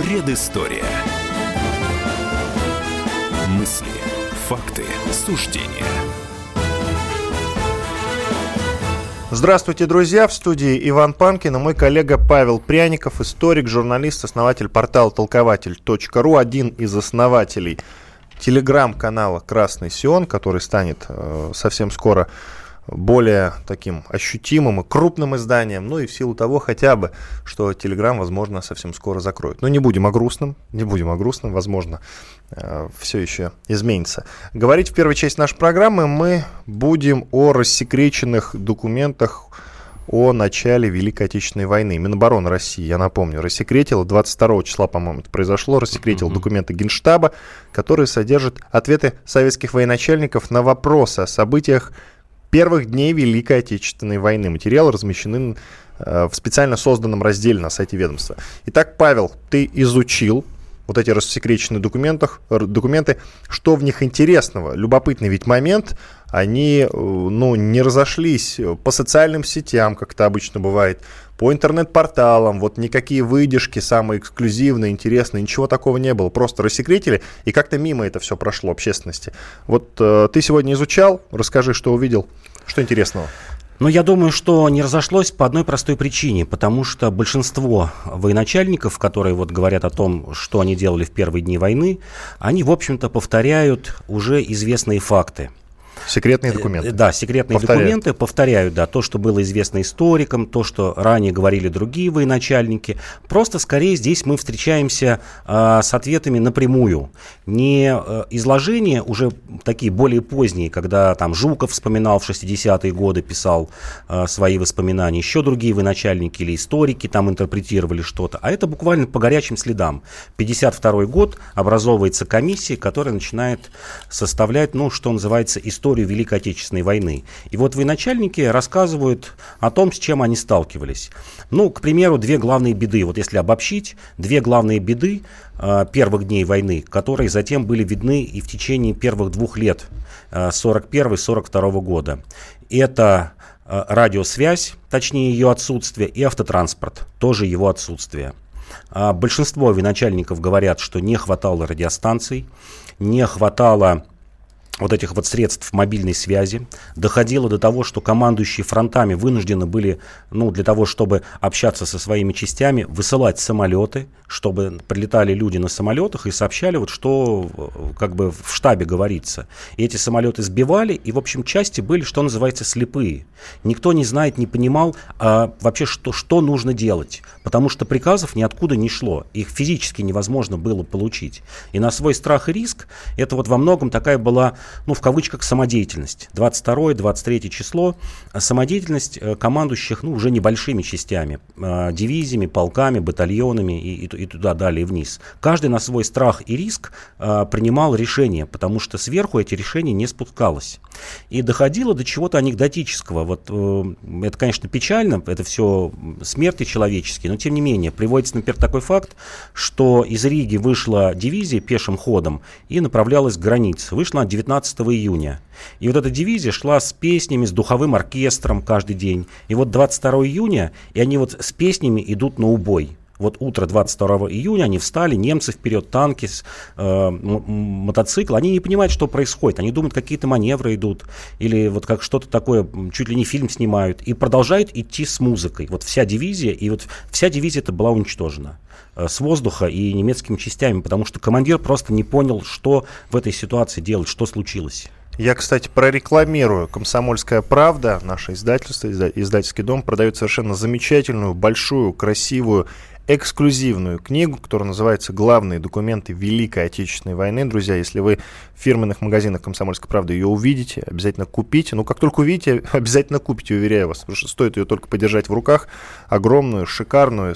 Предыстория. Мысли, факты, суждения. Здравствуйте, друзья! В студии Иван Панкин и мой коллега Павел Пряников, историк, журналист, основатель портала толкователь.ру, один из основателей телеграм-канала «Красный Сион», который станет совсем скоро более таким ощутимым и крупным изданием, ну и в силу того хотя бы, что Телеграм, возможно, совсем скоро закроют. Но не будем о грустном, возможно, все еще изменится. Говорить в первой части нашей программы мы будем о рассекреченных документах о начале Великой Отечественной войны. Минобороны России, я напомню, рассекретила, 22 числа, по-моему, это произошло, рассекретил документы Генштаба, которые содержат ответы советских военачальников на вопросы о событиях первых дней Великой Отечественной войны. Материалы размещены в специально созданном разделе на сайте ведомства. Итак, Павел, ты изучил вот эти рассекреченные документы. Что в них интересного? Любопытный ведь момент. Они не разошлись по социальным сетям, как это обычно бывает, по интернет-порталам. Вот никакие выдержки, самые эксклюзивные, интересные, ничего такого не было. Просто рассекретили, и как-то мимо это все прошло общественности. Вот ты сегодня изучал, расскажи, что увидел, что интересного. Но я думаю, что не разошлось по одной простой причине, потому что большинство военачальников, которые вот говорят о том, что они делали в первые дни войны, они, в общем-то, повторяют уже известные факты. Секретные документы. Да, секретные документы повторяют, то, что было известно историкам, то, что ранее говорили другие военачальники. Просто, скорее, здесь мы встречаемся с ответами напрямую. Не изложения уже такие более поздние, когда там Жуков вспоминал в 60-е годы, писал свои воспоминания, еще другие военачальники или историки там интерпретировали что-то. А это буквально по горячим следам. 52-й год, образовывается комиссия, которая начинает составлять, что называется, историю Великой Отечественной войны. И вот военачальники рассказывают о том, с чем они сталкивались. К примеру, две главные беды, вот если обобщить, две главные беды первых дней войны, которые затем были видны и в течение первых 2 лет, 41-42 года. Это радиосвязь, точнее ее отсутствие, и автотранспорт, тоже его отсутствие. Большинство военачальников говорят, что не хватало радиостанций, не хватало вот этих вот средств мобильной связи. Доходило до того, что командующие фронтами вынуждены были, для того, чтобы общаться со своими частями, высылать самолеты, чтобы прилетали люди на самолетах и сообщали, что как бы в штабе говорится. И эти самолеты сбивали, и, в общем, части были, что называется, слепые. Никто не знает, не понимал вообще, что нужно делать, потому что приказов ниоткуда не шло. Их физически невозможно было получить. И на свой страх и риск это вот во многом такая была, в кавычках, самодеятельность. 22-23 число, самодеятельность командующих, уже небольшими частями, дивизиями, полками, батальонами и туда далее вниз. Каждый на свой страх и риск принимал решения, потому что сверху эти решения не спускалось. И доходило до чего-то анекдотического. Это, конечно, печально, это все смерти человеческие, но тем не менее приводится, например, такой факт, что из Риги вышла дивизия пешим ходом и направлялась к границе. Вышла 19 июня. И вот эта дивизия шла с песнями, с духовым оркестром каждый день. И вот 22 июня, и они вот с песнями идут на убой. Вот утро 22 июня они встали, немцы вперед, танки, мотоциклы. Они не понимают, что происходит. Они думают, какие-то маневры идут. Или вот как что-то такое, чуть ли не фильм снимают. И продолжают идти с музыкой. Вот вся дивизия, и вот вся дивизия-то была уничтожена с воздуха и немецкими частями. Потому что командир просто не понял, что в этой ситуации делать, что случилось. Я, кстати, прорекламирую. «Комсомольская правда», наше издательство, издательский дом, продает совершенно замечательную, большую, красивую, эксклюзивную книгу, которая называется «Главные документы Великой Отечественной войны». Друзья, если вы в фирменных магазинах «Комсомольской правды» ее увидите, обязательно купите. Как только увидите, обязательно купите, уверяю вас, потому что стоит ее только подержать в руках. Огромную, шикарную,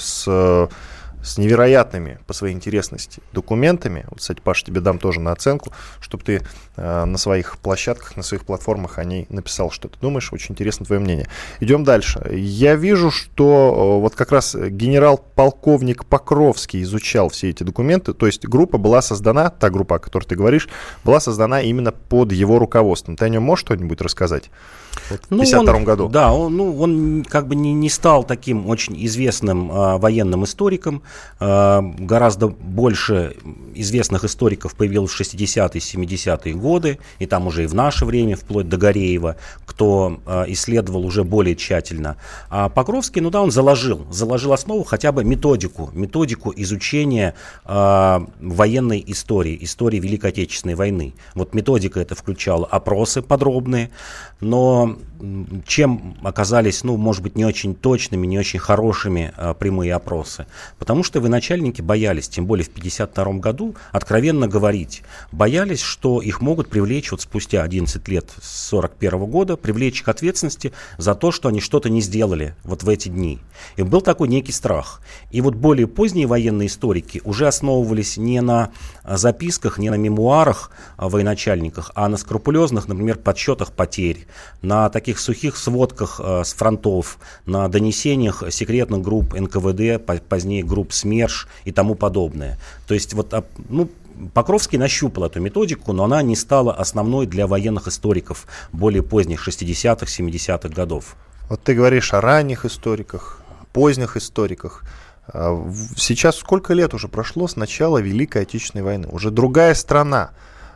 с невероятными по своей интересности документами. Вот, кстати, Паша, тебе дам тоже на оценку, чтобы ты на своих площадках, на своих платформах о ней написал, что ты думаешь. Очень интересно твое мнение. Идем дальше. Я вижу, что вот как раз генерал-полковник Покровский изучал все эти документы. То есть группа была создана, та группа, о которой ты говоришь, была создана именно под его руководством. Ты о нем можешь что-нибудь рассказать? в 1952 году. Да, он как бы не стал таким очень известным военным историком. Гораздо больше известных историков появилось в 60-е, 70-е годы, и там уже и в наше время, вплоть до Гореева, кто исследовал уже более тщательно. А Покровский, он заложил основу, хотя бы методику изучения военной истории Великой Отечественной войны. Вот методика эта включала опросы подробные, но чем оказались, может быть, не очень точными, не очень хорошими прямые опросы? Потому что военачальники боялись, тем более в 1952 году, откровенно говорить. Боялись, что их могут привлечь вот спустя 11 лет с 1941 года, привлечь к ответственности за то, что они что-то не сделали вот в эти дни. И был такой некий страх. И вот более поздние военные историки уже основывались не на записках, не на мемуарах о военачальниках, а на скрупулезных, например, подсчетах потерь, на таких сухих сводках с фронтов, на донесениях секретных групп НКВД, позднее групп СМЕРШ и тому подобное. То есть Покровский нащупал эту методику, но она не стала основной для военных историков более поздних 60-х, 70-х годов. Вот ты говоришь о ранних историках, поздних историках. Сейчас сколько лет уже прошло с начала Великой Отечественной войны? Уже другая страна.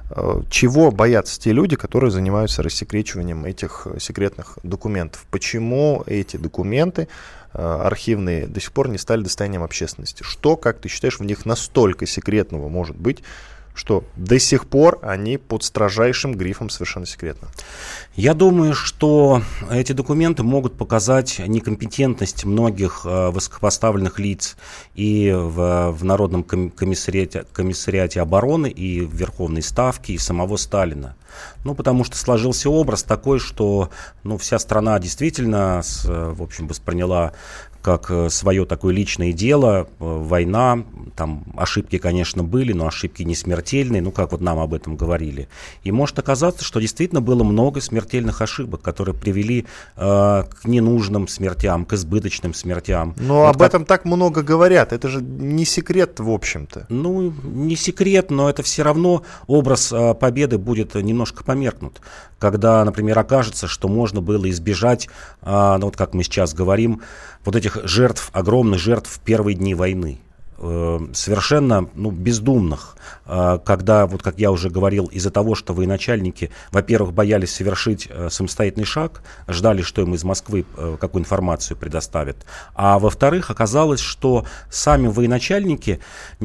Чего боятся те люди, которые занимаются рассекречиванием этих секретных документов? Почему эти документы архивные до сих пор не стали достоянием общественности? Что, как ты считаешь, в них настолько секретного может быть, что до сих пор они под строжайшим грифом совершенно секретно? Я думаю, что эти документы могут показать некомпетентность многих высокопоставленных лиц и в Народном комиссариате обороны, и в Верховной Ставке, и самого Сталина. Потому что сложился образ такой, что вся страна действительно, в общем, восприняла как свое такое личное дело, война, там ошибки, конечно, были, но ошибки не смертельные, как вот нам об этом говорили. И может оказаться, что действительно было много смертельных ошибок, которые привели к ненужным смертям, к избыточным смертям. Но об этом так много говорят, это же не секрет, в общем-то. Не секрет, но это все равно образ победы будет немножко померкнут. Когда, например, окажется, что можно было избежать, как мы сейчас говорим, вот этих жертв, огромных жертв в первые дни войны. Совершенно бездумных, когда, вот как я уже говорил, из-за того, что военачальники, во-первых, боялись совершить самостоятельный шаг, ждали, что им из Москвы какую информацию предоставят, а во-вторых, оказалось, что сами военачальники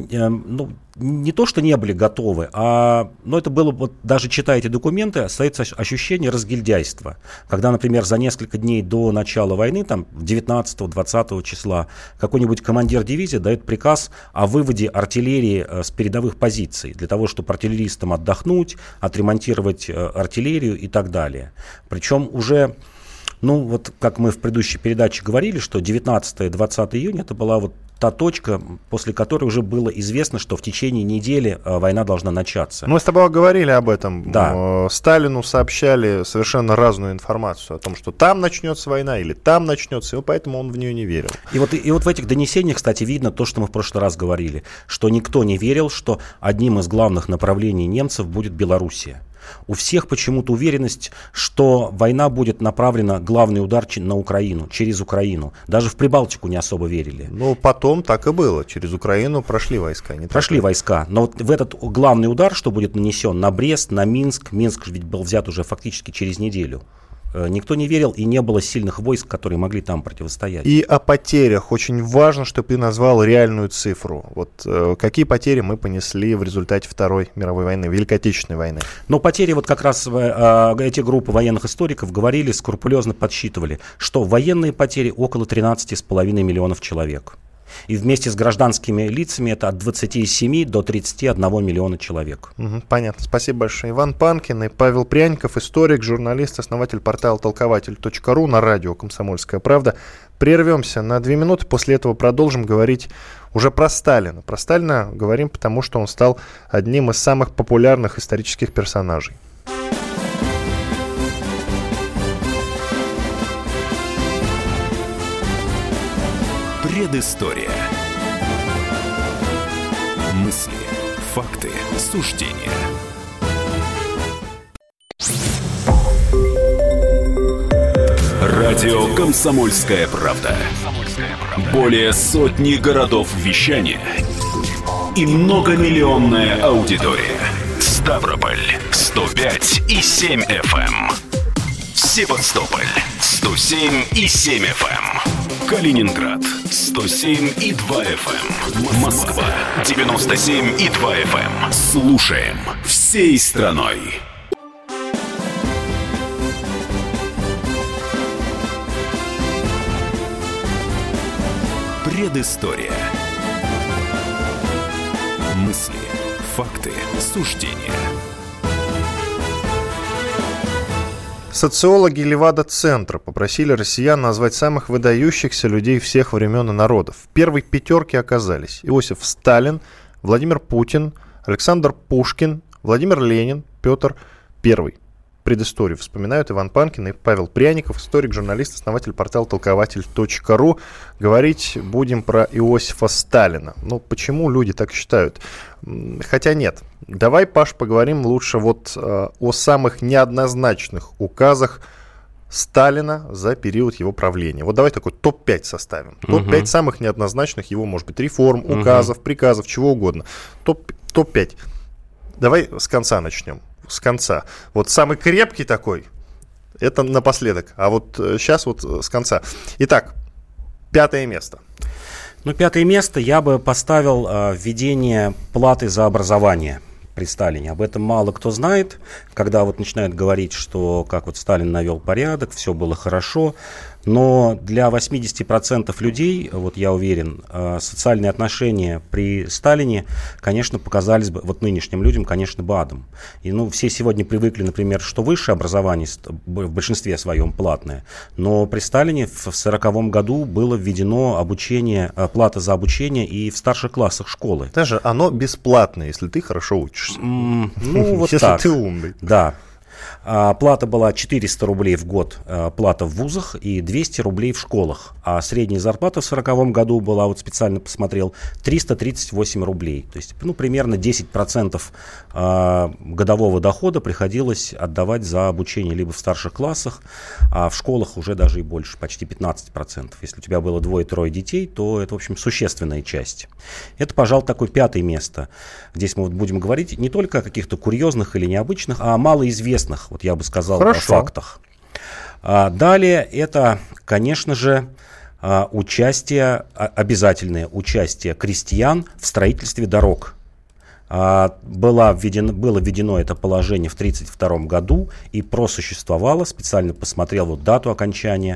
не то, что не были готовы, но это было, вот даже читая эти документы, остается ощущение разгильдяйства. Когда, например, за несколько дней до начала войны, там 19-20 числа, какой-нибудь командир дивизии дает приказ о выводе артиллерии с передовых позиций, для того, чтобы артиллеристам отдохнуть, отремонтировать артиллерию и так далее. Причем уже, как мы в предыдущей передаче говорили, что 19-20 июня это была вот та точка, после которой уже было известно, что в течение недели война должна начаться. Мы с тобой говорили об этом. Да. Сталину сообщали совершенно разную информацию о том, что там начнется война или там начнется, и поэтому он в нее не верил. И вот в этих донесениях, кстати, видно то, что мы в прошлый раз говорили, что никто не верил, что одним из главных направлений немцев будет Белоруссия. У всех почему-то уверенность, что война будет направлена, главный удар на Украину, через Украину. Даже в Прибалтику не особо верили. Потом так и было. Через Украину прошли войска. Прошли войска. Но вот в этот главный удар, что будет нанесен на Брест, на Минск, Минск ведь был взят уже фактически через неделю. Никто не верил, и не было сильных войск, которые могли там противостоять. И о потерях. Очень важно, чтобы ты назвал реальную цифру. Какие потери мы понесли в результате Второй мировой войны, Великой Отечественной войны? Потери, как раз эти группы военных историков говорили, скрупулезно подсчитывали, что военные потери около 13,5 миллионов человек. И вместе с гражданскими лицами это от 27 до 31 миллиона человек. Понятно. Спасибо большое. Иван Панкин и Павел Пряников, историк, журналист, основатель портала толкователь.ру на радио «Комсомольская правда». Прервемся на 2 минуты, после этого продолжим говорить уже про Сталина. Про Сталина говорим, потому что он стал одним из самых популярных исторических персонажей. Предыстория. Мысли, факты, суждения. Радио «Комсомольская правда». Более сотни городов вещания и многомиллионная аудитория. Ставрополь 105,7 FM. Севастополь 107,7 FM. Калининград 107,2 FM. Москва 97,2 FM. Слушаем всей страной. Предыстория. Мысли, факты, суждения. Социологи Левада-центра попросили россиян назвать самых выдающихся людей всех времен и народов. В первой пятерке оказались Иосиф Сталин, Владимир Путин, Александр Пушкин, Владимир Ленин, Петр I. Предысторию вспоминают Иван Панкин и Павел Пряников, историк, журналист, основатель портала толкователь.ру. Говорить будем про Иосифа Сталина. Ну, почему люди так считают? Хотя нет. Давай, Паш, поговорим лучше вот о самых неоднозначных указах Сталина за период его правления. Вот давай такой топ-5 составим. Топ-5 самых неоднозначных его, может быть, реформ, указов, приказов, чего угодно. Топ-5. Давай с конца начнем. С конца. Вот самый крепкий такой, это напоследок. А вот сейчас вот с конца. Итак, 5 место. Ну, 5 место я бы поставил введение платы за образование при Сталине. Об этом мало кто знает, когда вот начинают говорить, что как вот Сталин навел порядок, все было хорошо. Но для 80% людей, вот я уверен, социальные отношения при Сталине, конечно, показались бы, вот нынешним людям, конечно, бы адом. И ну, все сегодня привыкли, например, что высшее образование в большинстве своем платное, но при Сталине в 1940 году было введено плата за обучение и в старших классах школы. Даже оно бесплатное, если ты хорошо учишься. Ну, вот если так. ты умный. Да. Плата была 400 рублей в год, плата в вузах, и 200 рублей в школах. А средняя зарплата в 1940 году была, вот специально посмотрел, 338 рублей. То есть, ну, примерно 10% годового дохода приходилось отдавать за обучение либо в старших классах, а в школах уже даже и больше, почти 15%. Если у тебя было 2-3 детей, то это, в общем, существенная часть. Это, пожалуй, такое 5 место. Здесь мы вот будем говорить не только о каких-то курьезных или необычных, а о малоизвестных, вот я бы сказал, о фактах. Далее это, конечно же, обязательное участие крестьян в строительстве дорог. Было введено это положение в 1932 году и просуществовало, специально посмотрел вот дату окончания,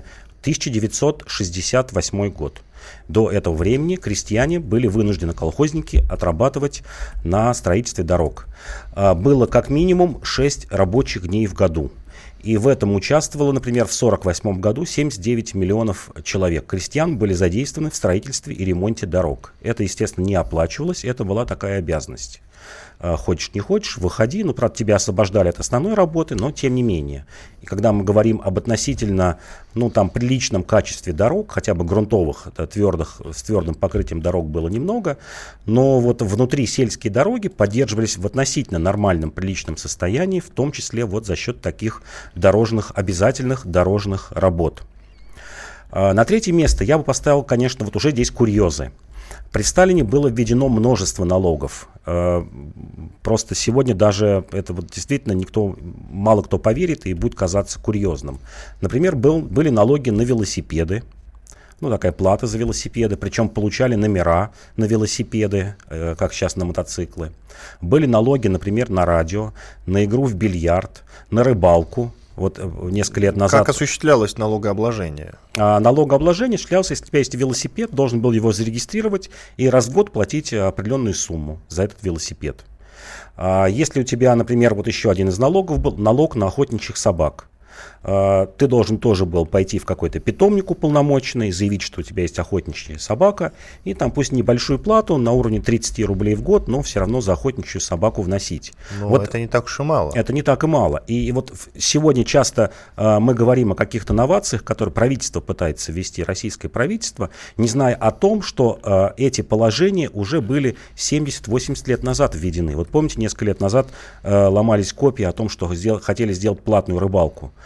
1968 год. До этого времени крестьяне были вынуждены, колхозники, отрабатывать на строительстве дорог. Было как минимум 6 рабочих дней в году. И в этом участвовало, например, в 1948 году 79 миллионов человек. Крестьян были задействованы в строительстве и ремонте дорог. Это, естественно, не оплачивалось, это была такая обязанность. Хочешь, не хочешь, выходи. Ну, правда, тебя освобождали от основной работы, но тем не менее. И когда мы говорим об относительно, ну, там, приличном качестве дорог, хотя бы грунтовых, твердых, с твердым покрытием дорог было немного, но вот внутри сельские дороги поддерживались в относительно нормальном, приличном состоянии, в том числе вот за счет таких обязательных дорожных работ. На 3 место я бы поставил, конечно, вот уже здесь курьезы. При Сталине было введено множество налогов. Просто сегодня даже это вот действительно мало кто поверит и будет казаться курьезным. Например, были налоги на велосипеды. Ну, такая плата за велосипеды, причем получали номера на велосипеды, как сейчас на мотоциклы. Были налоги, например, на радио, на игру в бильярд, на рыбалку. Вот несколько лет назад... Как осуществлялось налогообложение? Налогообложение осуществлялось, если у тебя есть велосипед, должен был его зарегистрировать и раз в год платить определенную сумму за этот велосипед. Если у тебя, например, вот еще один из налогов был налог на охотничьих собак. Ты должен тоже был пойти в какой-то питомник уполномоченный, заявить, что у тебя есть охотничья собака, и там пусть небольшую плату на уровне 30 рублей в год, но все равно за охотничью собаку вносить. Но вот это не так уж и мало. Это не так и мало. И вот сегодня часто мы говорим о каких-то новациях, которые правительство пытается ввести, российское правительство, не зная о том, что эти положения уже были 70-80 лет назад введены. Вот помните, несколько лет назад ломались копии о том, что хотели сделать платную рыбалку.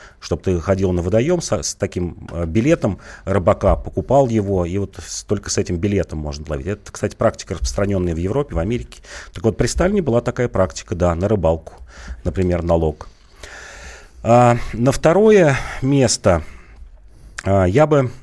чтобы ты ходил на водоем с таким билетом рыбака, покупал его, и вот только с этим билетом можно ловить. Это, кстати, практика, распространенная в Европе, в Америке. Так вот, при Сталине была такая практика, да, на рыбалку, например, налог. На второе место я бы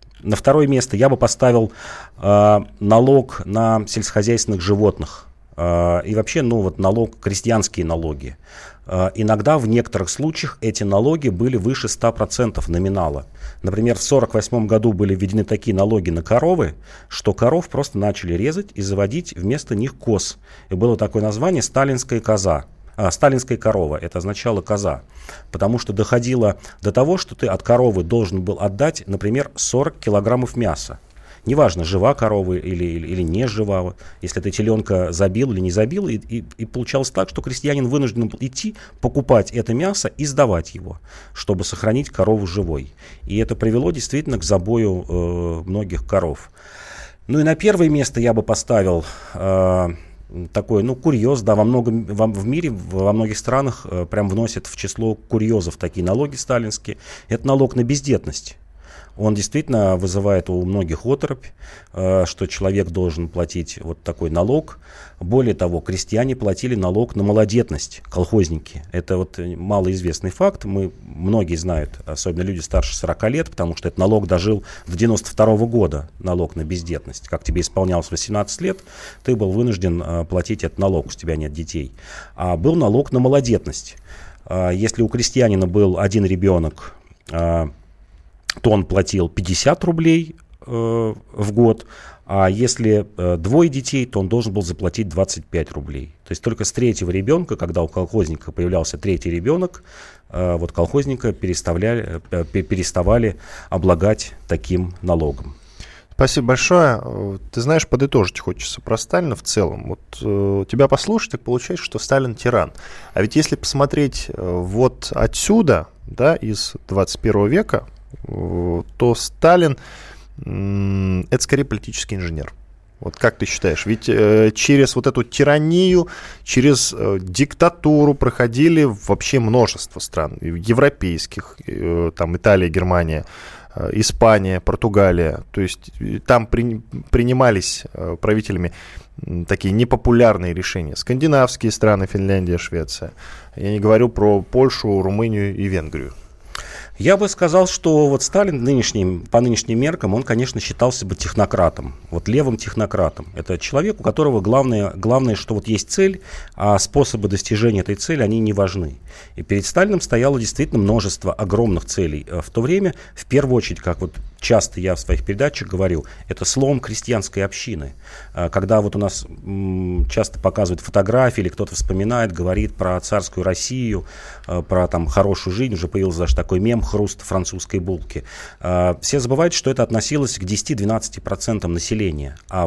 поставил налог на сельскохозяйственных животных. И вообще, крестьянские налоги. Иногда в некоторых случаях эти налоги были выше 100% номинала. Например, в 1948 году были введены такие налоги на коровы, что коров просто начали резать и заводить вместо них коз. И было такое название «сталинская коза». Сталинская корова, это означало коза, потому что доходило до того, что ты от коровы должен был отдать, например, 40 килограммов мяса. Неважно, жива корова или не жива, если ты теленка забил или не забил, и получалось так, что крестьянин вынужден был идти, покупать это мясо и сдавать его, чтобы сохранить корову живой. И это привело действительно к забою многих коров. Ну и на первое место я бы поставил такой, курьез, да, в мире, во многих странах прям вносят в число курьезов такие налоги сталинские. Это налог на бездетность. Он действительно вызывает у многих оторопь, что человек должен платить вот такой налог. Более того, крестьяне платили налог на малодетность, колхозники. Это вот малоизвестный факт, многие знают, особенно люди старше 40 лет, потому что этот налог дожил до 92 года, налог на бездетность. Как тебе исполнялось 18 лет, ты был вынужден платить этот налог, у тебя нет детей. А был налог на малодетность. Если у крестьянина был один ребенок, то он платил 50 рублей в год, а если двое детей, то он должен был заплатить 25 рублей. То есть только с третьего ребенка, когда у колхозника появлялся третий ребенок, вот колхозника переставали облагать таким налогом. Спасибо большое. Ты знаешь, подытожить хочется про Сталина в целом. Вот тебя послушать, так получается, что Сталин тиран. А ведь если посмотреть вот отсюда, да, из 21 века, то Сталин это скорее политический инженер. Вот как ты считаешь? Ведь через вот эту тиранию, через диктатуру проходили вообще множество стран, европейских, там Италия, Германия, Испания, Португалия. То есть там принимались правителями такие непопулярные решения. Скандинавские страны, Финляндия, Швеция. Я не говорю про Польшу, Румынию и Венгрию. Я бы сказал, что вот Сталин по нынешним меркам, он, конечно, считался бы технократом, вот левым технократом. Это человек, у которого главное, что вот есть цель, а способы достижения этой цели, они не важны. И перед Сталиным стояло действительно множество огромных целей. В то время, в первую очередь, как вот часто я в своих передачах говорил, это слом крестьянской общины. Когда вот у нас часто показывают фотографии, или кто-то вспоминает, говорит про царскую Россию, про там хорошую жизнь, уже появился даже такой мем «Хруст французской булки». Все забывают, что это относилось к 10-12% населения, а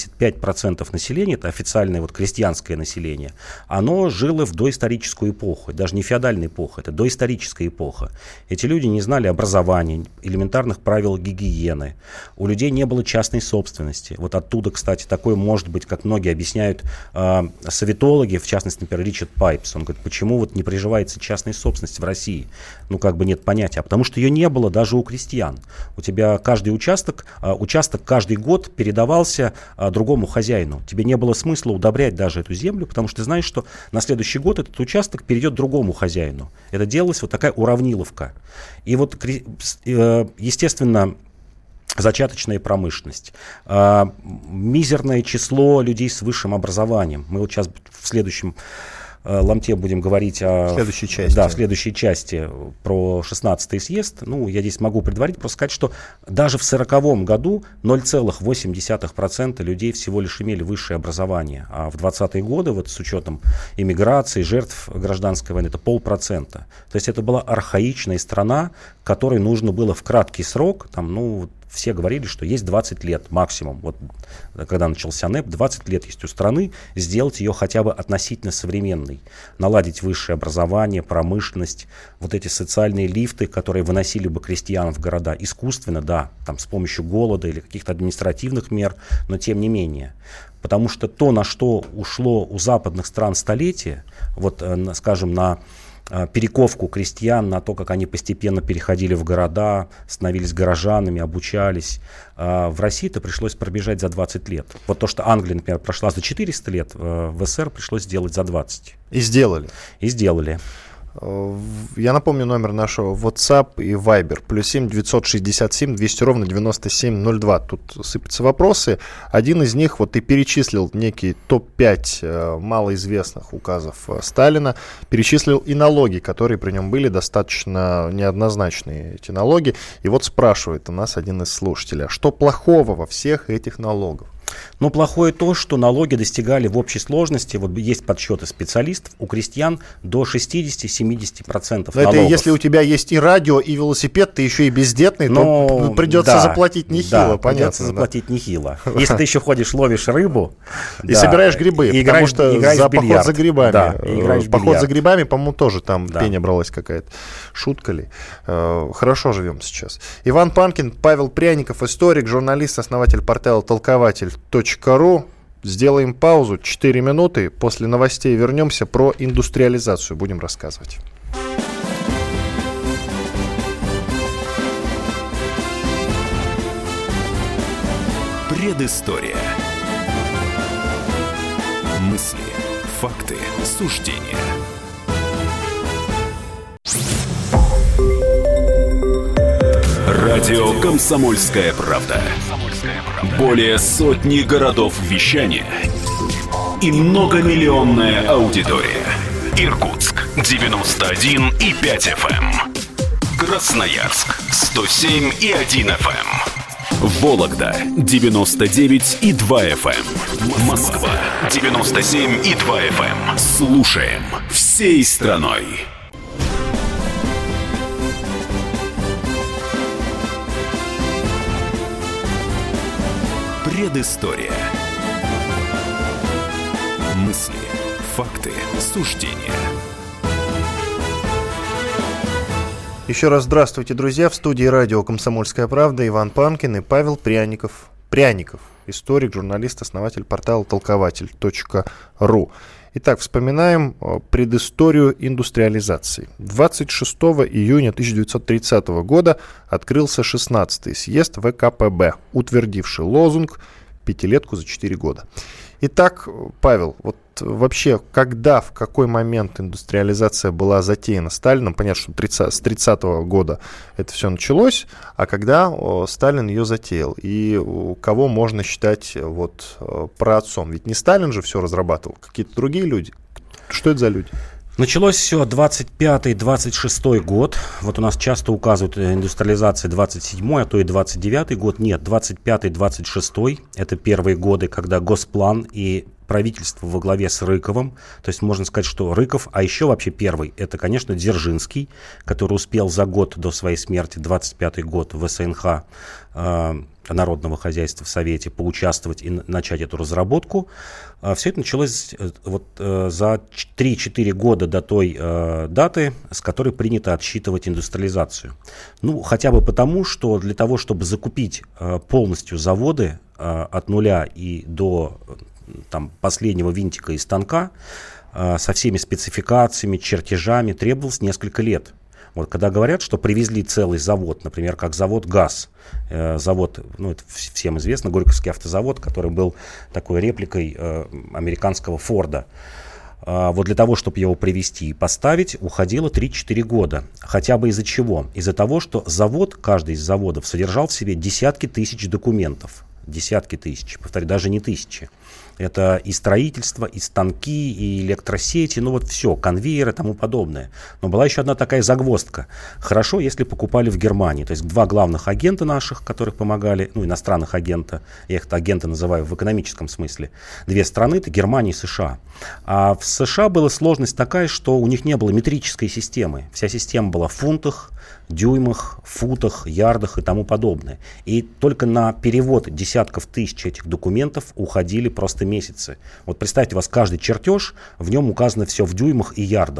85% населения, это официальное вот крестьянское население, оно жило в доисторическую эпоху, даже не феодальная эпоха, это доисторическая эпоха. Эти люди не знали образования, элементарных правил гигиены, у людей не было частной собственности. Вот оттуда, кстати, такое может быть, как многие объясняют советологи, в частности, например, Ричард Пайпс, он говорит, почему вот не приживается частной собственности в России? Ну, как бы нет понятия, а потому что ее не было даже у крестьян. У тебя каждый участок каждый год передавался другому хозяину. Тебе не было смысла удобрять даже эту землю, потому что ты знаешь, что на следующий год этот участок перейдет другому хозяину. Это делалась вот такая уравниловка. И вот, естественно, зачаточная промышленность, мизерное число людей с высшим образованием. Мы вот сейчас в следующем ломте будем говорить в следующей части про 16-й съезд. Ну, я здесь могу предварить, просто сказать, что даже в 1940 году 0,8% людей всего лишь имели высшее образование, а в 20-е годы, вот с учетом иммиграции, жертв гражданской войны, это 0,5%. То есть это была архаичная страна, которой нужно было в краткий срок, все говорили, что есть 20 лет максимум. Вот когда начался НЭП, 20 лет есть у страны, сделать ее хотя бы относительно современной. Наладить высшее образование, промышленность, вот эти социальные лифты, которые выносили бы крестьян в города. Искусственно, да, там с помощью голода или каких-то административных мер, но тем не менее. Потому что то, на что ушло у западных стран столетия, вот, скажем, на перековку крестьян, на то, как они постепенно переходили в города, становились горожанами, обучались. В России это пришлось пробежать за 20 лет. Вот то, что Англия, например, прошла за 400 лет, в СССР пришлось сделать за 20. И сделали. И сделали. Я напомню номер нашего WhatsApp и Viber. +7 967 200 ровно 9702. Тут сыпятся вопросы. Один из них, вот ты перечислил некий топ-5 малоизвестных указов Сталина. Перечислил и налоги, которые при нем были достаточно неоднозначные, эти налоги. И вот спрашивает у нас один из слушателей: а что плохого во всех этих налогах? Но плохое то, что налоги достигали в общей сложности, вот есть подсчеты специалистов, у крестьян до 60-70% налогов. Это если у тебя есть и радио, и велосипед, ты еще и бездетный, то придется заплатить нехило, понятно. Придется заплатить нехило. Если ты еще ходишь, ловишь рыбу и собираешь грибы, потому что за поход за грибами. Поход за грибами, по-моему, тоже там пеня бралась какая-то. Шутка ли? Хорошо живем сейчас. Иван Панкин, Павел Пряников, историк, журналист, основатель портала толкователь.ру. Сделаем паузу, 4 минуты. После новостей вернемся, про индустриализацию будем рассказывать. Предыстория. Мысли, факты, суждения. Радио «Комсомольская правда». Более сотни городов вещания и многомиллионная аудитория. Иркутск 91,5 FM. Красноярск 107,1 FM. Вологда 99,2 FM. Москва 97,2 FM. Слушаем всей страной. Предыстория. Мысли, факты, суждения. Еще раз здравствуйте, друзья. В студии радио «Комсомольская правда» Иван Панкин и Павел Пряников. Историк, журналист, основатель портала толкователь.ру. Итак, вспоминаем предысторию индустриализации. 26 июня 1930 года открылся 16-й съезд ВКПБ, утвердивший лозунг «Пятилетку за 4 года». Итак, Павел, вот вообще, когда, в какой момент индустриализация была затеяна Сталином? Понятно, что с 30-го года это все началось, а когда Сталин ее затеял? И кого можно считать вот праотцом? Ведь не Сталин же все разрабатывал, какие-то другие люди. Что это за люди? Началось все 25-26 год. Вот у нас часто указывают индустриализация 27-й, а то и 29-й год. Нет, 25-26 это первые годы, когда Госплан и правительство во главе с Рыковым, то есть можно сказать, что Рыков, а еще вообще первый, это, конечно, Дзержинский, который успел за год до своей смерти, 25-й год, в СНХ народного хозяйства в Совете поучаствовать и начать эту разработку. Все это началось вот за 3-4 года до той даты, с которой принято отсчитывать индустриализацию. Ну, хотя бы потому, что для того, чтобы закупить полностью заводы от нуля и до там, последнего винтика и станка, со всеми спецификациями, чертежами, требовалось несколько лет. Вот когда говорят, что привезли целый завод, например, как завод ГАЗ, завод, ну это всем известно, Горьковский автозавод, который был такой репликой американского Форда. Вот для того, чтобы его привезти и поставить, уходило 3-4 года. Хотя бы из-за чего? Из-за того, что завод, каждый из заводов содержал в себе десятки тысяч документов. Десятки тысяч, повторю, даже не тысячи. Это и строительство, и станки, и электросети, ну вот все, конвейеры и тому подобное. Но была еще одна такая загвоздка. Хорошо, если покупали в Германии. То есть два главных агента наших, которых помогали, ну иностранных агента, я их агенты называю в экономическом смысле. Две страны, это Германия и США. А в США была сложность такая, что у них не было метрической системы. Вся система была в фунтах, дюймах, футах, ярдах и тому подобное. И только на перевод десятков тысяч этих документов уходили просто месяцы. Вот представьте, у вас каждый чертеж, в нем указано все в дюймах и ярдах.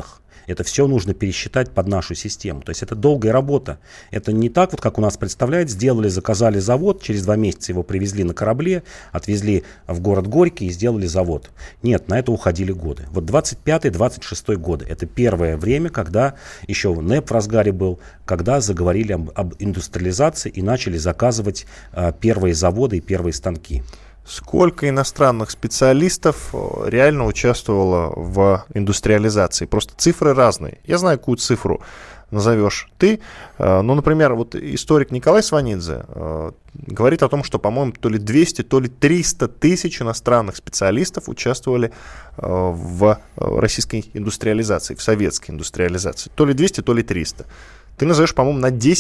Это все нужно пересчитать под нашу систему. То есть это долгая работа. Это не так, вот как у нас представляют, сделали, заказали завод, через 2 месяца его привезли на корабле, отвезли в город Горький и сделали завод. Нет, на это уходили годы. Вот 25-26 годы. Это первое время, когда еще НЭП в разгаре был, когда заговорили об индустриализации и начали заказывать первые заводы и первые станки. Сколько иностранных специалистов реально участвовало в индустриализации? Просто цифры разные. Я знаю, какую цифру назовешь ты. Ну, например, вот историк Николай Сванидзе говорит о том, что, по-моему, то ли 200, то ли 300 тысяч иностранных специалистов участвовали в российской индустриализации, в советской индустриализации. То ли 200, то ли 300. Ты назовешь, по-моему,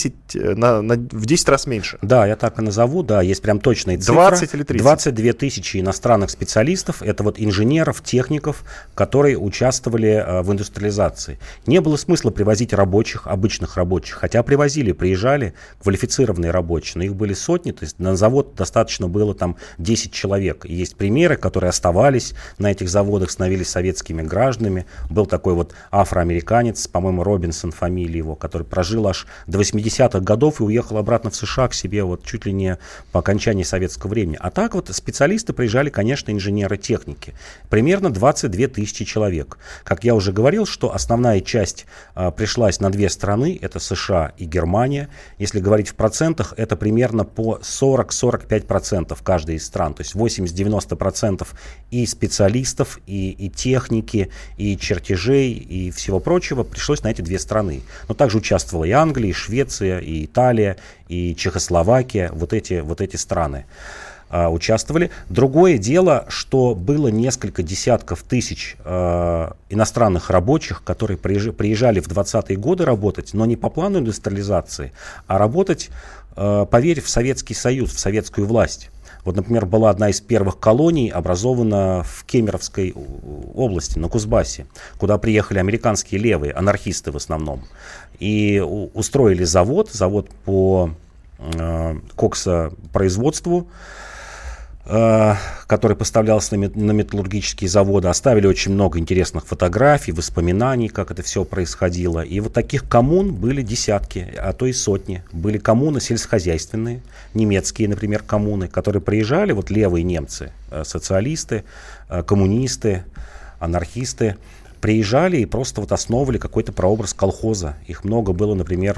в 10 раз меньше. Да, я так и назову, да, есть прям точная цифра. 20 или 30? 22 тысячи иностранных специалистов, это вот инженеров, техников, которые участвовали в индустриализации. Не было смысла привозить рабочих, обычных рабочих, хотя привозили, приезжали квалифицированные рабочие, но их были сотни, то есть на завод достаточно было там 10 человек. И есть примеры, которые оставались на этих заводах, становились советскими гражданами. Был такой вот афроамериканец, по-моему, Робинсон фамилия его, который прожил аж до 80-х годов и уехал обратно в США к себе вот чуть ли не по окончании советского времени. А так вот специалисты приезжали, конечно, инженеры техники. Примерно 22 тысячи человек. Как я уже говорил, что основная часть пришлась на 2 страны, это США и Германия. Если говорить в процентах, это примерно по 40-45% каждой из стран. То есть 80-90% и специалистов, и техники, и чертежей, и всего прочего пришлось на эти 2 страны. Но также участвовала и Англия, и Швеция, и Италия, и Чехословакия, вот эти страны участвовали. Другое дело, что было несколько десятков тысяч иностранных рабочих, которые приезжали в 20-е годы работать, но не по плану индустриализации, а работать, поверь, в Советский Союз, в советскую власть. Вот, например, была одна из первых колоний, образована в Кемеровской области, на Кузбассе, куда приехали американские левые, анархисты в основном, и устроили завод по коксопроизводству, который поставлялся на металлургические заводы. Оставили очень много интересных фотографий, воспоминаний, как это все происходило. И вот таких коммун были десятки, а то и сотни. Были коммуны сельскохозяйственные, немецкие, например, коммуны, которые приезжали, вот левые немцы, социалисты, коммунисты, анархисты, приезжали и просто вот основывали какой-то прообраз колхоза. Их много было, например,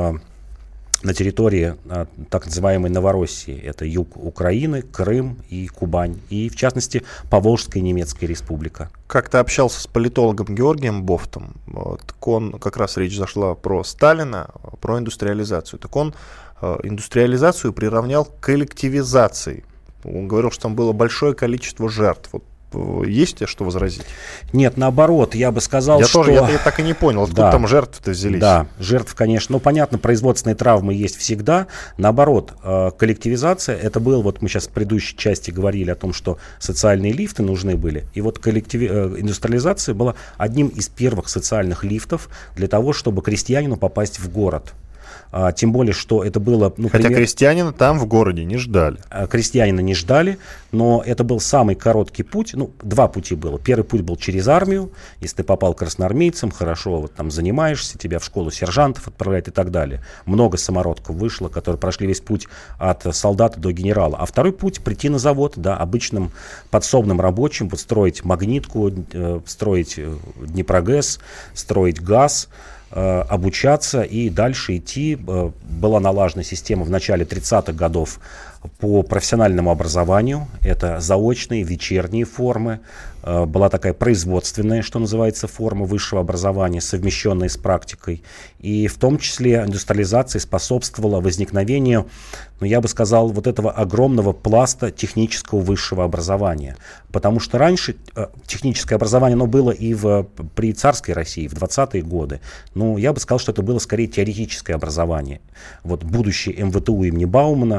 на территории так называемой Новороссии. Это юг Украины, Крым и Кубань. И, в частности, Поволжская немецкая республика. Как-то общался с политологом Георгием Бофтом. Так он, как раз речь зашла про Сталина, про индустриализацию. Так он индустриализацию приравнял к коллективизации. Он говорил, что там было большое количество жертв. Вот есть тебе что возразить? Нет, наоборот, я бы сказал, что... Я так и не понял, откуда там жертвы-то взялись. Да, жертв, конечно. Ну, понятно, производственные травмы есть всегда. Наоборот, коллективизация, это был, вот мы сейчас в предыдущей части говорили о том, что социальные лифты нужны были. И вот индустриализация была одним из первых социальных лифтов для того, чтобы крестьянину попасть в город. Тем более, что это было... Хотя крестьянина там в городе не ждали. Крестьянина не ждали, но это был самый короткий путь. 2 пути было. Первый путь был через армию. Если ты попал красноармейцем, хорошо вот там занимаешься, тебя в школу сержантов отправляют и так далее. Много самородков вышло, которые прошли весь путь от солдата до генерала. А второй путь — прийти на завод, да, обычным подсобным рабочим, вот строить магнитку, строить Днепрогэс, строить газ, обучаться и дальше идти. Была налажена система в начале 30-х годов по профессиональному образованию. Это заочные, вечерние формы. Была такая производственная, что называется, форма высшего образования, совмещенная с практикой. И в том числе индустриализация способствовала возникновению, я бы сказал, вот этого огромного пласта технического высшего образования. Потому что раньше техническое образование, оно было и при царской России, в 20-е годы. Но я бы сказал, что это было скорее теоретическое образование. Вот будущий МВТУ имени Баумана,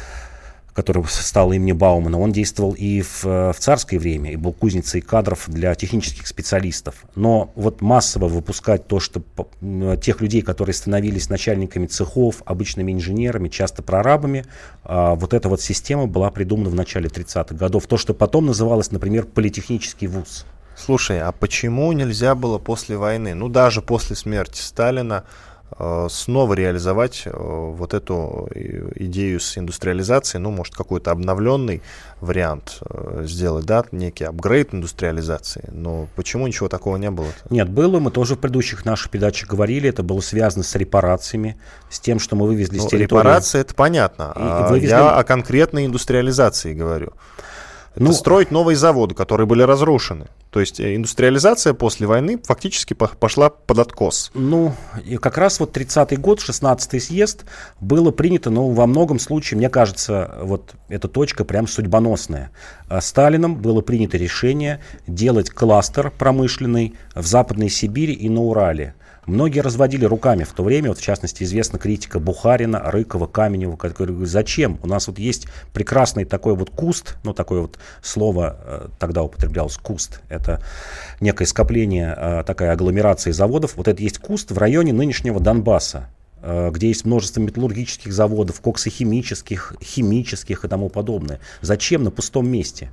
который стал имени Баумана, он действовал и в царское время, и был кузницей кадров для технических специалистов. Но вот массово выпускать то, что тех людей, которые становились начальниками цехов, обычными инженерами, часто прорабами, вот эта вот система была придумана в начале 30-х годов. То, что потом называлось, например, политехнический вуз. Слушай, а почему нельзя было после войны, ну даже после смерти Сталина, снова реализовать вот эту идею с индустриализацией, ну, может, какой-то обновленный вариант сделать, да, некий апгрейд индустриализации, но почему ничего такого не было? Нет, было, мы тоже в предыдущих наших передачах говорили, это было связано с репарациями, с тем, что мы вывезли с территории. Репарации, это понятно, я о конкретной индустриализации говорю. Это строить новые заводы, которые были разрушены. То есть индустриализация после войны фактически пошла под откос. Ну, и как раз вот 30-й год, 16-й съезд, было принято, но во многом случае, мне кажется, вот эта точка прям судьбоносная. Сталином было принято решение делать кластер промышленный в Западной Сибири и на Урале. Многие разводили руками в то время, вот в частности известна критика Бухарина, Рыкова, Каменева, которые говорят, зачем? У нас вот есть прекрасный такой вот куст, ну такое вот слово тогда употреблялось, куст, это некое скопление, такая агломерация заводов, вот это есть куст в районе нынешнего Донбасса, где есть множество металлургических заводов, коксохимических, химических и тому подобное. Зачем на пустом месте?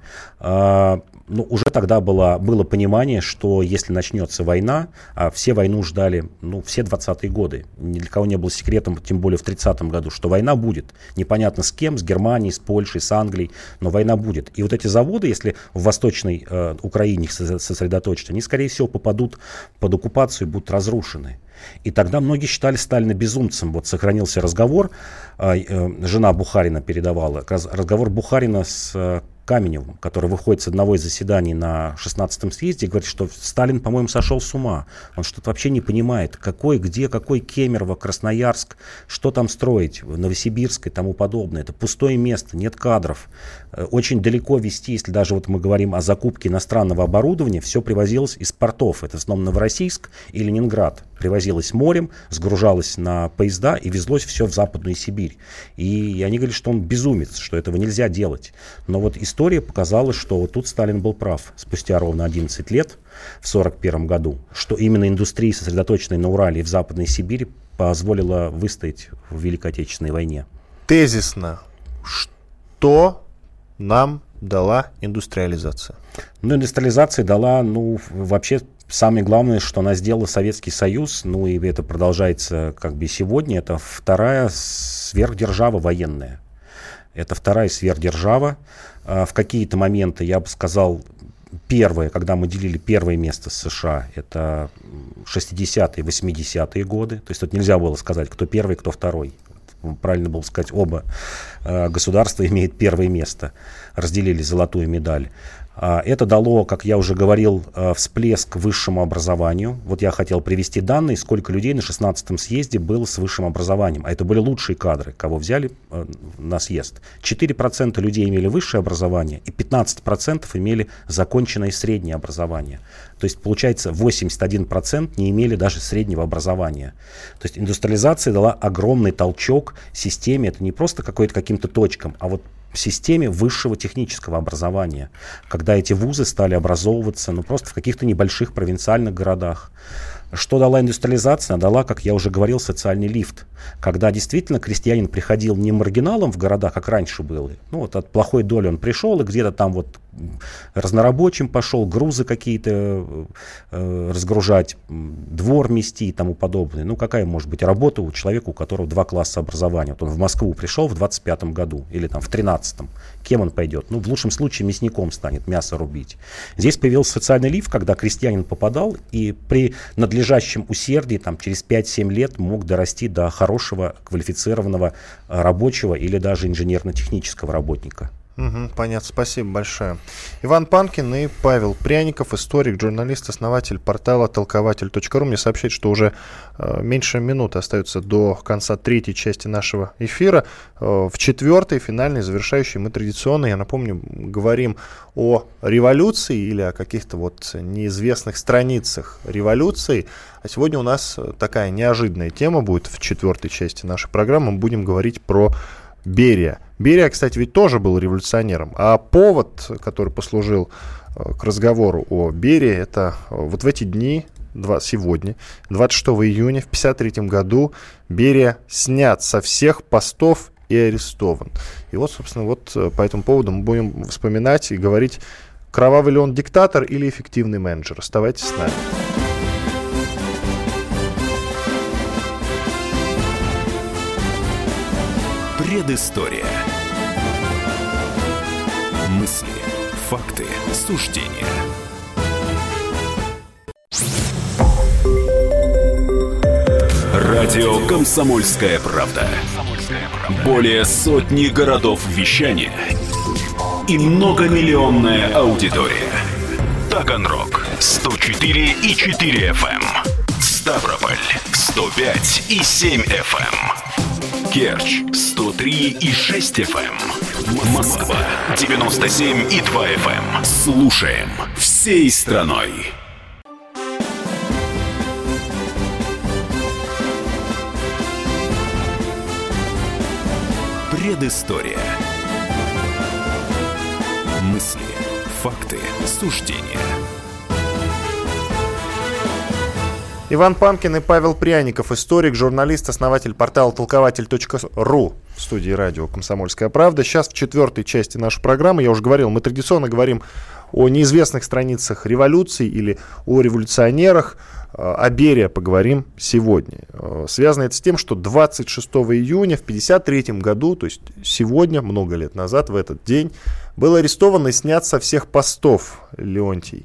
Ну, уже тогда было понимание, что если начнется война, а все войну ждали, ну, все 20-е годы, ни для кого не было секретом, тем более в 30-м году, что война будет. Непонятно с кем, с Германией, с Польшей, с Англией, но война будет. И вот эти заводы, если в Восточной Украине сосредоточатся, они, скорее всего, попадут под оккупацию и будут разрушены. И тогда многие считали Сталина безумцем. Вот сохранился разговор, жена Бухарина передавала, разговор Бухарина с Каменевым, который выходит с одного из заседаний на 16-м съезде и говорит, что Сталин, по-моему, сошел с ума. Он что-то вообще не понимает, какой Кемерово, Красноярск, что там строить, Новосибирск и тому подобное. Это пустое место, нет кадров. Очень далеко везти, если даже вот мы говорим о закупке иностранного оборудования, все привозилось из портов. Это в основном Новороссийск и Ленинград. Привозилось морем, сгружалось на поезда и везлось все в Западную Сибирь. И они говорили, что он безумец, что этого нельзя делать. Но вот история показала, что вот тут Сталин был прав спустя ровно 11 лет, в 1941 году, что именно индустрия, сосредоточенная на Урале и в Западной Сибири, позволила выстоять в Великой Отечественной войне. Тезисно, что нам дала индустриализация? Ну, индустриализация дала, вообще, самое главное, что она сделала Советский Союз, и это продолжается как бы сегодня, это вторая сверхдержава военная. Это вторая сверхдержава. В какие-то моменты, я бы сказал, первое, когда мы делили первое место с США, это 60-е, 80-е годы. То есть тут нельзя было сказать, кто первый, кто второй. Правильно было сказать, оба государства имеют первое место. Разделили золотую медаль. Это дало, как я уже говорил, всплеск высшему образованию. Вот я хотел привести данные, сколько людей на 16-м съезде было с высшим образованием. А это были лучшие кадры, кого взяли на съезд. 4% людей имели высшее образование, и 15% имели законченное среднее образование. То есть, получается, 81% не имели даже среднего образования. То есть индустриализация дала огромный толчок системе. Это не просто каким-то точкам, а вот в системе высшего технического образования, когда эти вузы стали образовываться просто в каких-то небольших провинциальных городах. Что дала индустриализация? Она дала, как я уже говорил, социальный лифт. Когда действительно крестьянин приходил не маргиналом в города, как раньше было. От плохой доли он пришел и где-то там разнорабочим пошел, грузы какие-то разгружать, двор мести и тому подобное. Какая может быть работа у человека, у которого 2 класса образования? Вот он в Москву пришел в 25-м году или в 13-м. Кем он пойдет? В лучшем случае мясником станет, мясо рубить. Здесь появился социальный лифт, когда крестьянин попадал и при надлежащем усердии через 5-7 лет мог дорасти до хорошего квалифицированного рабочего или даже инженерно-технического работника. Понятно, спасибо большое. Иван Панкин и Павел Пряников, историк, журналист, основатель портала толкователь.ру. Мне сообщают, что уже меньше минуты остается до конца третьей части нашего эфира. В четвертой, финальной, завершающей, мы традиционно, я напомню, говорим о революции или о каких-то неизвестных страницах революции. А сегодня у нас такая неожиданная тема будет в четвертой части нашей программы. Мы будем говорить про Берия. Берия, кстати, ведь тоже был революционером. А повод, который послужил к разговору о Берии, это в эти дни, сегодня, 26 июня в 1953 году, Берия снят со всех постов и арестован. И собственно, по этому поводу мы будем вспоминать и говорить, Кровавый ли он диктатор или эффективный менеджер? Оставайтесь с нами. Предыстория. Мысли, факты, суждения. Радио «Комсомольская правда». Более сотни городов вещания и многомиллионная аудитория. Таганрог 104,4 FM, Ставрополь 105,7 FM, Керчь 103,6 FM, Москва 97,2 FM. Слушаем всей страной. Предыстория. Мысли, факты, суждения. Иван Панкин и Павел Пряников, историк, журналист, основатель портала толкователь.ру в студии радио «Комсомольская правда». Сейчас в четвертой части нашей программы, я уже говорил, мы традиционно говорим о неизвестных страницах революции или о революционерах. О Берии поговорим сегодня. Связано это с тем, что 26 июня в 1953 году, то есть сегодня, много лет назад, в этот день, был арестован и снят со всех постов Лаврентий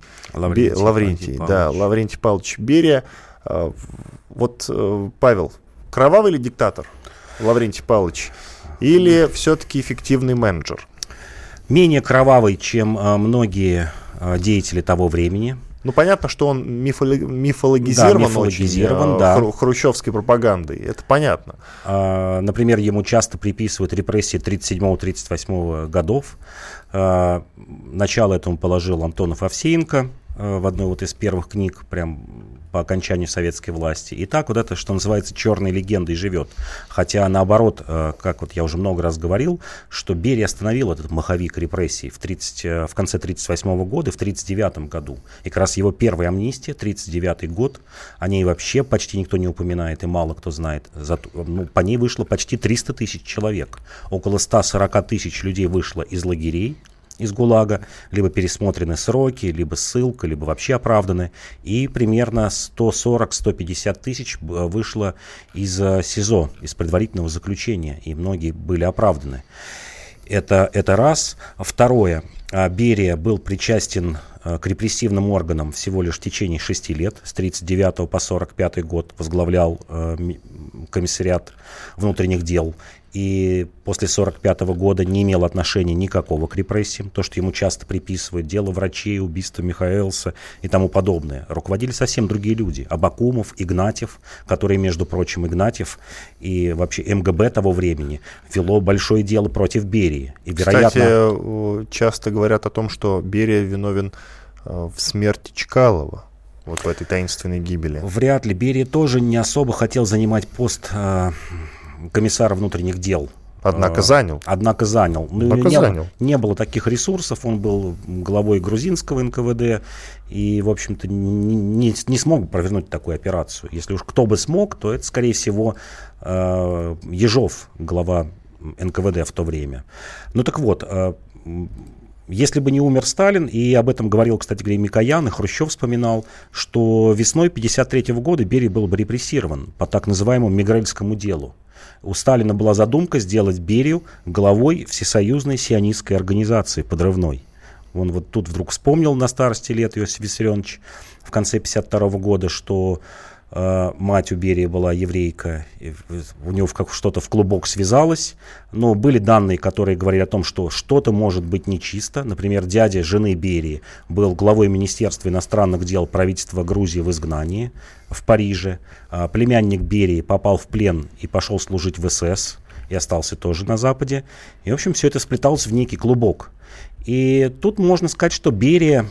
Павлович Берия. Вот, Павел, кровавый ли диктатор Лаврентий Павлович или все-таки эффективный менеджер? Менее кровавый, чем многие деятели того времени. Ну, понятно, что он мифологизирован очень, да. Хрущевской пропагандой, это понятно. Например, ему часто приписывают репрессии 1937-1938 годов. Начало этому положил Антонов Овсеенко в одной вот из первых книг, прям по окончанию советской власти. И так вот это, что называется, черной легендой живет. Хотя наоборот, как вот я уже много раз говорил, что Берия остановил этот маховик репрессий в конце 1938 года и в 1939 году. И как раз его первая амнистия, 1939 год, о ней вообще почти никто не упоминает и мало кто знает. По ней вышло почти 300 тысяч человек. Около 140 тысяч людей вышло из лагерей, из ГУЛАГа, либо пересмотрены сроки, либо ссылка, либо вообще оправданы. И примерно 140-150 тысяч вышло из СИЗО, из предварительного заключения, и многие были оправданы. Это раз. Второе. Берия был причастен к репрессивным органам всего лишь в течение 6 лет. С 1939 по 1945 год возглавлял комиссариат внутренних дел. И после 1945 года не имел отношения никакого к репрессиям. То, что ему часто приписывают, дело врачей, убийство Михаэлса и тому подобное. Руководили совсем другие люди. Абакумов, Игнатьев, который, между прочим, Игнатьев и вообще МГБ того времени вело большое дело против Берии. И, вероятно... Кстати, часто говорят о том, что Берия виновен в смерти Чкалова. Вот в этой таинственной гибели. Вряд ли. Берия тоже не особо хотел занимать пост комиссара внутренних дел. Однако занял. Не было таких ресурсов. Он был главой грузинского НКВД и, в общем-то, не смог провернуть такую операцию. Если уж кто бы смог, то это, скорее всего, Ежов, глава НКВД в то время. Ну так вот, если бы не умер Сталин, и об этом говорил, кстати говоря, Микоян, и Хрущев вспоминал, что весной 1953 года Берия был бы репрессирован по так называемому Мегрельскому делу. У Сталина была задумка сделать Берию главой Всесоюзной сионистской организации подрывной. Он вот тут вдруг вспомнил на старости лет, Иосиф Виссарионович, в конце 1952 года, что мать у Берии была еврейка, у него что-то в клубок связалось, но были данные, которые говорили о том, что что-то может быть нечисто. Например, дядя жены Берии был главой Министерства иностранных дел правительства Грузии в изгнании в Париже. Племянник Берии попал в плен и пошел служить в СС, и остался тоже на Западе. И, в общем, все это сплеталось в некий клубок. И тут можно сказать, что Берия,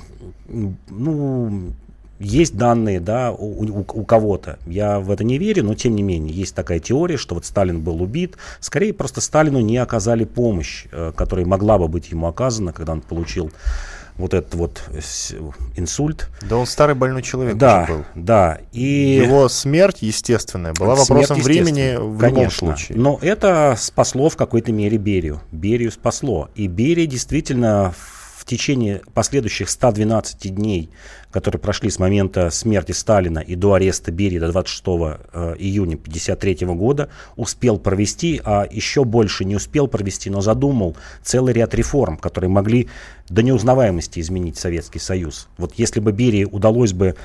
есть данные, да, у кого-то. Я в это не верю, но тем не менее есть такая теория, что вот Сталин был убит. Скорее, просто Сталину не оказали помощь, которая могла бы быть ему оказана, когда он получил вот этот вот инсульт. Да, он старый больной человек да, был. Да. И его смерть естественная была вопросом времени в любом случае. Но это спасло в какой-то мере Берию. Берию спасло. И Берия действительно в течение последующих 112 дней, которые прошли с момента смерти Сталина и до ареста Берии до 26 июня 1953 года, успел провести, а еще больше не успел провести, но задумал целый ряд реформ, которые могли до неузнаваемости изменить Советский Союз. Вот если бы Берии удалось бы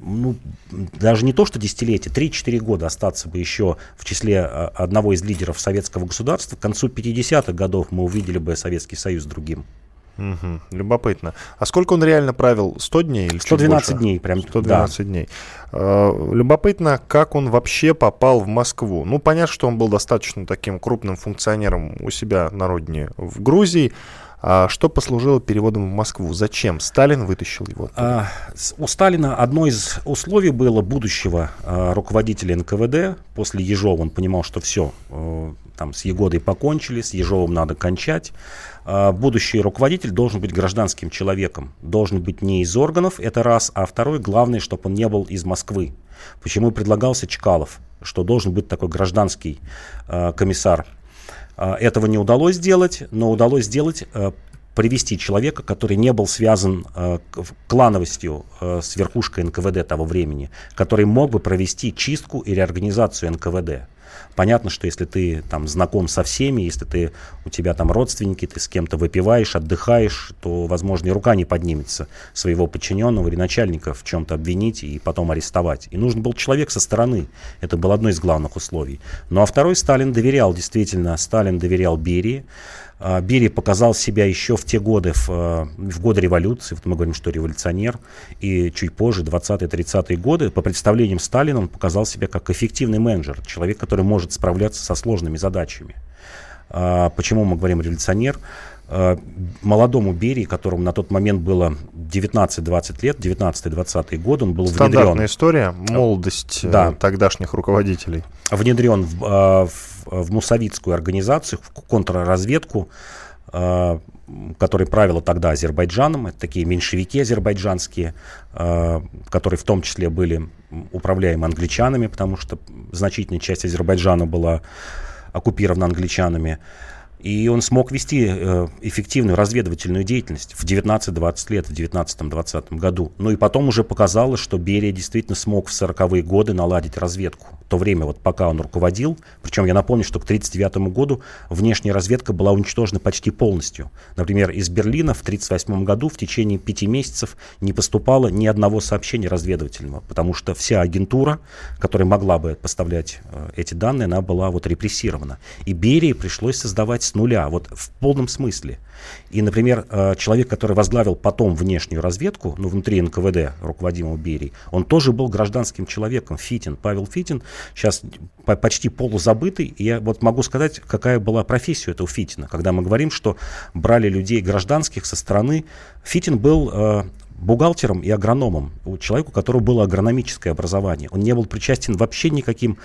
даже не то что десятилетие, 3-4 года остаться бы еще в числе одного из лидеров советского государства, к концу 50-х годов мы увидели бы Советский Союз другим. Угу, любопытно. А сколько он реально правил? 100 дней? Или 112 дней. Прям, 112 дней. Любопытно, как он вообще попал в Москву. Ну, понятно, что он был достаточно таким крупным функционером у себя на родине в Грузии. А что послужило переводом в Москву? Зачем? Сталин вытащил его? У Сталина одно из условий было будущего руководителя НКВД. После Ежова он понимал, что все, там с Егодой покончили, с Ежовым надо кончать. Будущий руководитель должен быть гражданским человеком. Должен быть не из органов, это раз. А второй, главное, чтобы он не был из Москвы. Почему предлагался Чкалов, что должен быть такой гражданский комиссар. Этого не удалось сделать, но удалось сделать, привести человека, который не был связан клановостью с верхушкой НКВД того времени, который мог бы провести чистку и реорганизацию НКВД. Понятно, что если ты там знаком со всеми, если у тебя там родственники, ты с кем-то выпиваешь, отдыхаешь, то, возможно, и рука не поднимется своего подчиненного или начальника в чем-то обвинить и потом арестовать. И нужен был человек со стороны. Это было одно из главных условий. Ну а второй, Сталин доверял, действительно, Сталин доверял Берии. Берия показал себя еще в те годы, в годы революции, вот мы говорим, что революционер, и чуть позже, 20-30-е годы, по представлениям Сталина, он показал себя как эффективный менеджер, человек, который может справляться со сложными задачами. Почему мы говорим революционер? Молодому Берии, которому на тот момент было 19-20 лет, 19-20 годы, он был внедрен. Стандартная история, молодость тогдашних руководителей. Внедрен в муссавитскую организацию, в контрразведку, которая правила тогда Азербайджаном. Это такие меньшевики азербайджанские, которые в том числе были управляемы англичанами, потому что значительная часть Азербайджана была оккупирована англичанами. И он смог вести эффективную разведывательную деятельность в 19-20 лет, в 19-20 году. Ну и потом уже показалось, что Берия действительно смог в 40-е годы наладить разведку. В то время, вот пока он руководил, причем я напомню, что к 1939 году внешняя разведка была уничтожена почти полностью. Например, из Берлина в 1938 году в течение 5 месяцев не поступало ни одного сообщения разведывательного, потому что вся агентура, которая могла бы поставлять эти данные, она была вот репрессирована. И Берии пришлось создавать с нуля, вот в полном смысле. И, например, человек, который возглавил потом внешнюю разведку, внутри НКВД, руководимого Берией, он тоже был гражданским человеком, Фитин, Павел Фитин, сейчас почти полузабытый. И я вот могу сказать, какая была профессия этого Фитина. Когда мы говорим, что брали людей гражданских со стороны, Фитин был бухгалтером и агрономом, человеку, у которого было агрономическое образование. Он не был причастен вообще никаким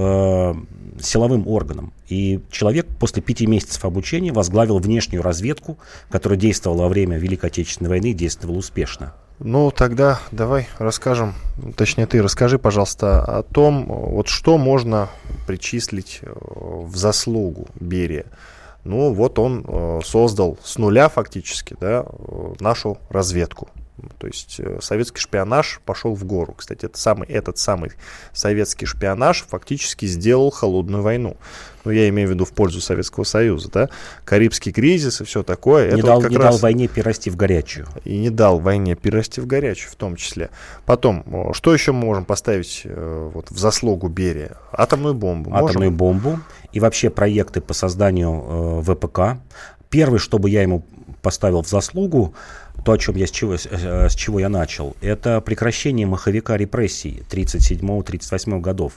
силовым органам. И человек после 5 месяцев обучения возглавил внешнюю разведку, которая действовала во время Великой Отечественной войны, действовала успешно. Ну, тогда давай расскажем, точнее ты расскажи, пожалуйста, о том, вот что можно причислить в заслугу Берия. Ну, вот он создал с нуля фактически, нашу разведку. То есть советский шпионаж пошел в гору. Кстати, этот самый советский шпионаж фактически сделал холодную войну. Ну, я имею в виду в пользу Советского Союза, да? Карибский кризис и все такое. Не дал войне перерасти в горячую. И не дал войне перерасти в горячую в том числе. Потом, что еще мы можем поставить в заслугу Берия? Атомную бомбу. Атомную бомбу и вообще проекты по созданию ВПК. Первое, что бы я ему поставил в заслугу, то, о чем я с чего я начал, это прекращение маховика репрессий 1937-1938 годов.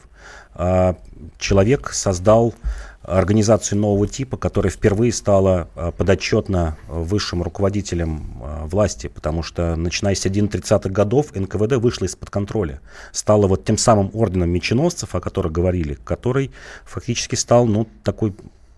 Человек создал организацию нового типа, которая впервые стала подотчетна высшим руководителям власти, потому что, начиная с 30-х годов, НКВД вышла из-под контроля. Стала вот тем самым орденом меченосцев, о котором говорили, который фактически стал, такой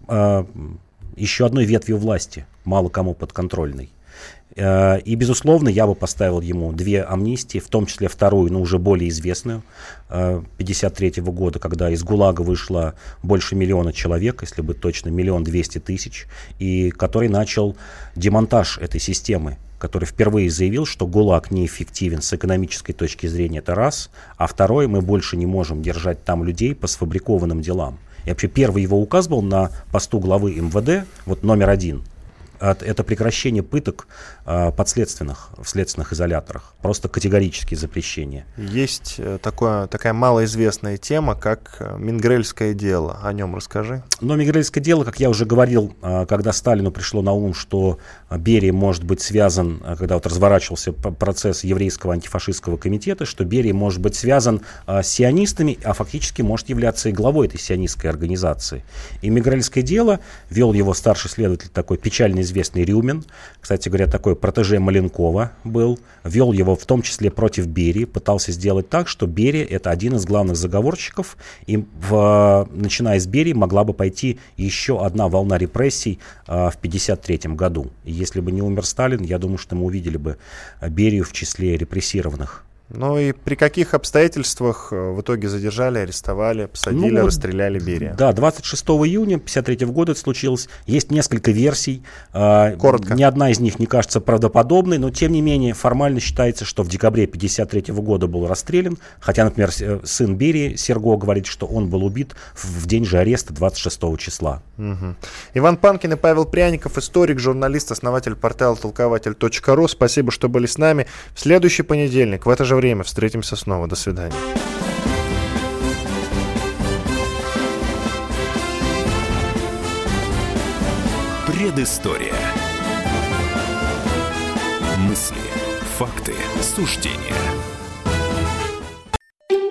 еще одной ветвью власти, мало кому подконтрольной. И, безусловно, я бы поставил ему 2 амнистии, в том числе вторую, но уже более известную, 1953 года, когда из ГУЛАГа вышло больше 1 миллиона человек, если быть точно, 1 200 000, и который начал демонтаж этой системы. который впервые заявил, что ГУЛАГ неэффективен с экономической точки зрения, это раз, а второй, мы больше не можем держать там людей по сфабрикованным делам. И вообще первый его указ был на посту главы МВД, вот номер 1. Это прекращение пыток подследственных в следственных изоляторах. Просто категорические запрещения. Есть такая малоизвестная тема, как Мингрельское дело. О нем расскажи. Но Мингрельское дело, как я уже говорил, когда Сталину пришло на ум, что Берия может быть связан, когда вот разворачивался процесс еврейского антифашистского комитета, что Берия может быть связан с сионистами, а фактически может являться и главой этой сионистской организации. И Мингрельское дело вел его старший следователь, такой печально известный Рюмин, кстати говоря, такой протеже Маленкова был, вел его в том числе против Берии, пытался сделать так, что Берия — это один из главных заговорщиков, и начиная с Берии могла бы пойти еще одна волна репрессий в 1953 году. И если бы не умер Сталин, я думаю, что мы увидели бы Берию в числе репрессированных. Ну и при каких обстоятельствах в итоге задержали, арестовали, посадили, расстреляли Берия? Да, 26 июня 1953 года это случилось. Есть несколько версий. Коротко. Ни одна из них не кажется правдоподобной, но тем не менее формально считается, что в декабре 1953 года был расстрелян. Хотя, например, сын Берии, Серго, говорит, что он был убит в день же ареста 26 числа. Угу. Иван Панкин и Павел Пряников, историк, журналист, основатель портала толкователь.ру. Спасибо, что были с нами. В следующий понедельник в это же время встретимся снова. До свидания. Предыстория. Мысли, факты, суждения.